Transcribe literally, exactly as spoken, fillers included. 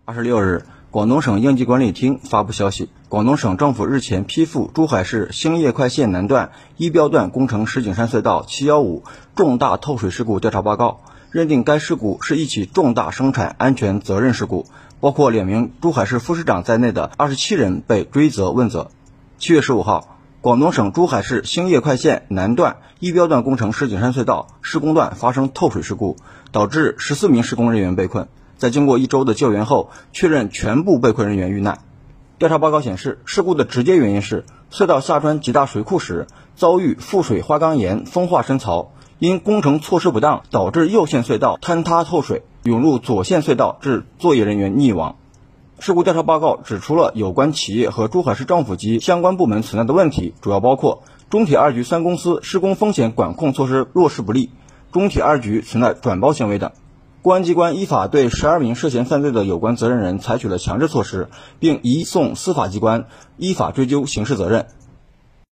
二十六日，广东省应急管理厅发布消息，广东省政府日前批复珠海市兴业快线南段一标段工程石景山隧道七一五重大透水事故调查报告，认定该事故是一起重大生产安全责任事故，包括两名珠海市副市长在内的二十七人被追责问责。七月十五号，广东省珠海市兴业快线南段一标段工程石景山隧道施工段发生透水事故，导致十四名施工人员被困。在经过一周的救援后，确认全部被困人员遇难。调查报告显示，事故的直接原因是隧道下穿极大水库时遭遇覆水花岗岩风化深槽，因工程措施不当，导致右线隧道坍塌透水，涌入左线隧道，致作业人员溺亡。事故调查报告指出了有关企业和珠海市政府及相关部门存在的问题，主要包括中铁二局三公司施工风险管控措施落实不力，中铁二局存在转包行为等。公安机关依法对十二名涉嫌犯罪的有关责任人采取了强制措施，并移送司法机关依法追究刑事责任。